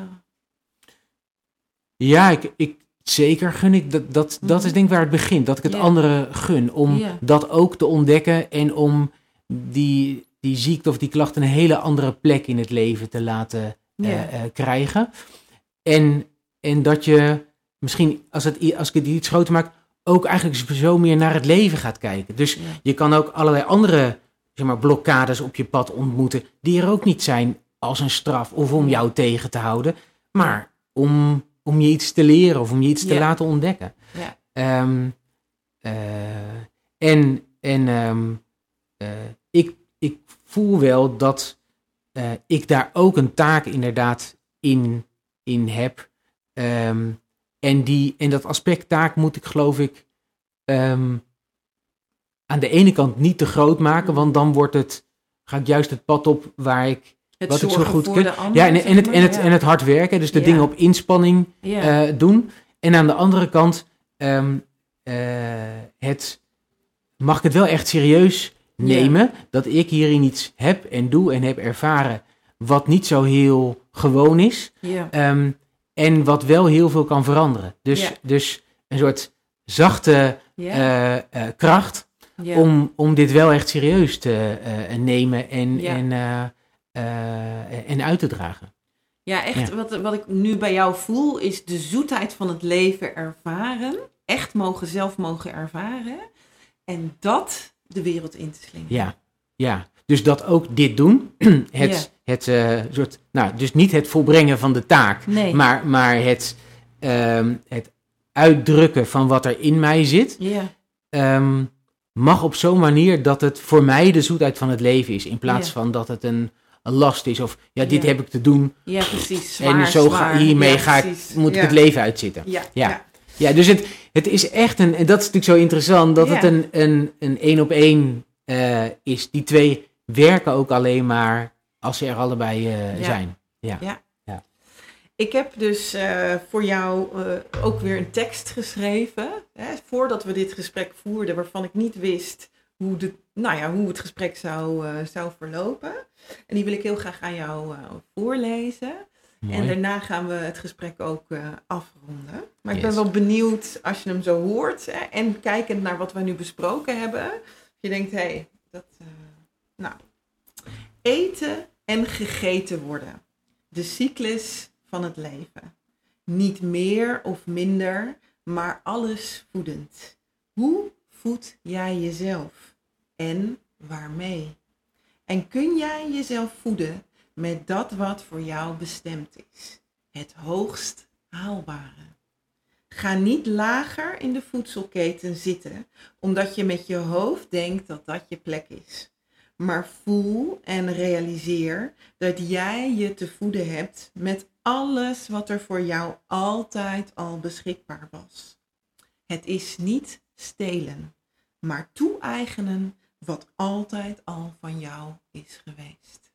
Ja, ik, ik, zeker gun ik. Dat, dat, mm-hmm. dat is denk ik waar het begint. Dat ik het yeah. anderen gun. Om yeah. dat ook te ontdekken en om die, die ziekte of die klacht een hele andere plek in het leven te laten yeah. uh, uh, krijgen. En, en dat je misschien, als, het, als ik het iets groter maak, ook eigenlijk zo meer naar het leven gaat kijken. Dus ja. je kan ook allerlei andere zeg maar, blokkades op je pad ontmoeten, die er ook niet zijn als een straf of om jou tegen te houden, maar om, om je iets te leren of om je iets te ja. laten ontdekken. Ja. Um, uh, en en um, uh, ik, ik voel wel dat uh, ik daar ook een taak inderdaad in, in heb. Um, En, die, en dat aspect taak moet ik geloof ik um, aan de ene kant niet te groot maken, want dan wordt het, ga ik juist het pad op waar ik, het wat ik zo goed ken. Ja, en, en, het, en, het, en het hard werken, dus de ja. dingen op inspanning ja. uh, doen. En aan de andere kant um, uh, het, mag ik het wel echt serieus nemen, ja. dat ik hierin iets heb en doe en heb ervaren wat niet zo heel gewoon is. Ja. Um, en wat wel heel veel kan veranderen. Dus, ja. dus een soort zachte ja. uh, uh, kracht ja. om, om dit wel echt serieus te uh, nemen en, ja. en, uh, uh, en uit te dragen. Ja, echt ja. Wat, wat ik nu bij jou voel is de zoetheid van het leven ervaren. Echt mogen zelf mogen ervaren. En dat de wereld in te slingeren. Ja, ja. Dus dat ook dit doen. Het, ja. het uh, soort, nou, dus niet het volbrengen van de taak. Nee. Maar, maar het, um, het uitdrukken van wat er in mij zit. Ja. Um, mag op zo'n manier dat het voor mij de zoetheid van het leven is. In plaats ja. van dat het een... een last is of ja, dit ja. heb ik te doen. Ja, precies. Zwaar, en zo zwaar. Ga, hiermee ja, ga ik, moet ja. ik het leven uitzitten. Ja, ja. ja. ja dus het, het is echt een, en dat is natuurlijk zo interessant, dat ja. het een een, een één op één uh, is. Die twee werken ook alleen maar als ze er allebei uh, ja. zijn. Ja. Ja. Ja. Ik heb dus uh, voor jou uh, ook weer een tekst geschreven, hè, voordat we dit gesprek voerden, waarvan ik niet wist hoe, de, nou ja, hoe het gesprek zou, uh, zou verlopen. En die wil ik heel graag aan jou uh, voorlezen. Mooi. En daarna gaan we het gesprek ook uh, afronden. Maar yes. ik ben wel benieuwd als je hem zo hoort. Hè, en kijkend naar wat we nu besproken hebben. Je denkt, hé, hey, dat... Uh, nou. Eten en gegeten worden. De cyclus van het leven. Niet meer of minder, maar alles voedend. Hoe voed jij jezelf? En waarmee? En kun jij jezelf voeden met dat wat voor jou bestemd is? Het hoogst haalbare. Ga niet lager in de voedselketen zitten, omdat je met je hoofd denkt dat dat je plek is. Maar voel en realiseer dat jij je te voeden hebt met alles wat er voor jou altijd al beschikbaar was. Het is niet stelen, maar toe-eigenen wat altijd al van jou is geweest.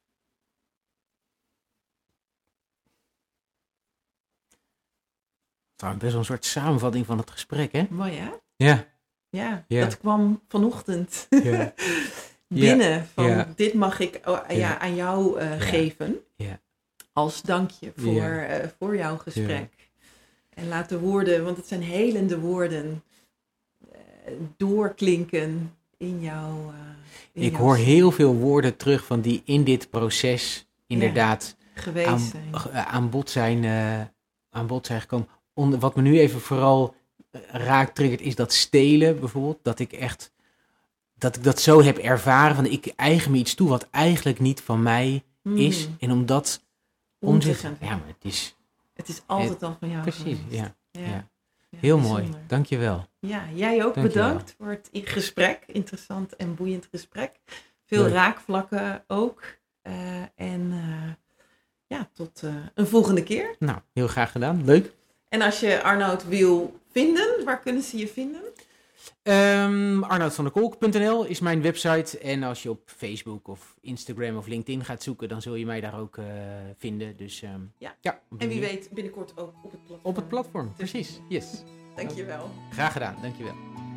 Nou, best wel een soort samenvatting van het gesprek, hè? Mooi, hè? Ja. Ja, ja. Dat kwam vanochtend ja. binnen. Ja. Van ja. dit mag ik oh, ja, ja. aan jou uh, ja. geven. Ja. Als dankje voor, ja. uh, voor jouw gesprek. Ja. En laat de woorden, want het zijn helende woorden, uh, doorklinken in jouw... Uh, in ik jouw hoor zin. heel veel woorden terug van die in dit proces inderdaad ja. geweest aan, zijn. aan bod zijn, uh, aan bod zijn gekomen. Onder, wat me nu even vooral raakt, triggert, is dat stelen bijvoorbeeld. Dat ik echt, dat ik dat zo heb ervaren, van ik eigen me iets toe wat eigenlijk niet van mij mm. is. En om dat om te gaan. Ja, maar het is... Het is altijd het, al van jou. Precies, ja. ja. ja. ja Heel bijzonder. Mooi, dankjewel. Ja, jij ook Dankjewel. Bedankt voor het gesprek. Interessant en boeiend gesprek. Veel Leuk. Raakvlakken ook. Uh, en uh, ja, tot uh, een volgende keer. Nou, heel graag gedaan. Leuk. En als je Arnoud wil vinden, waar kunnen ze je vinden? Um, arnoud van der kolk punt n l is mijn website. En als je op Facebook of Instagram of LinkedIn gaat zoeken, dan zul je mij daar ook uh, vinden. Dus, um, ja. ja. En wie weet binnenkort ook op het platform. Op het platform, precies. Yes. Dankjewel. Graag gedaan, dankjewel.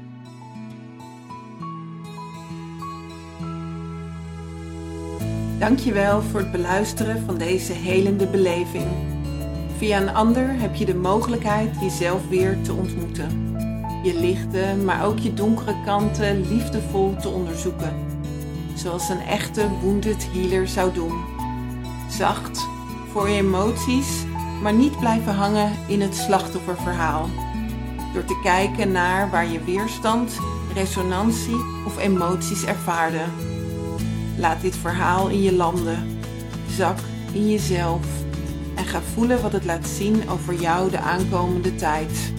Dankjewel voor het beluisteren van deze helende beleving. Via een ander heb je de mogelijkheid jezelf weer te ontmoeten. Je lichte, maar ook je donkere kanten liefdevol te onderzoeken. Zoals een echte wounded healer zou doen. Zacht, voor je emoties, maar niet blijven hangen in het slachtofferverhaal. Door te kijken naar waar je weerstand, resonantie of emoties ervaarde. Laat dit verhaal in je landen. Zak in jezelf. En ga voelen wat het laat zien over jou de aankomende tijd.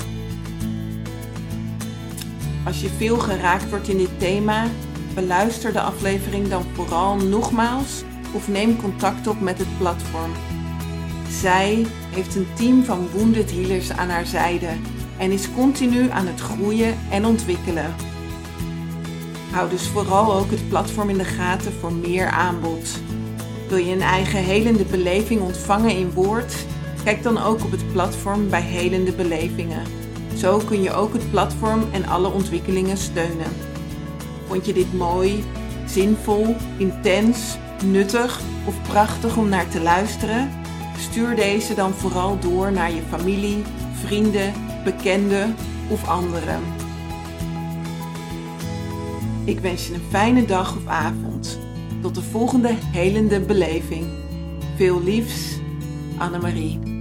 Als je veel geraakt wordt in dit thema, beluister de aflevering dan vooral nogmaals of neem contact op met het platform. Zij heeft een team van wounded healers aan haar zijde en is continu aan het groeien en ontwikkelen. Hou dus vooral ook het platform in de gaten voor meer aanbod. Wil je een eigen helende beleving ontvangen in woord? Kijk dan ook op het platform bij Helende Belevingen. Zo kun je ook het platform en alle ontwikkelingen steunen. Vond je dit mooi, zinvol, intens, nuttig of prachtig om naar te luisteren? Stuur deze dan vooral door naar je familie, vrienden, bekenden of anderen. Ik wens je een fijne dag of avond. Tot de volgende helende beleving. Veel liefs, Annemarie.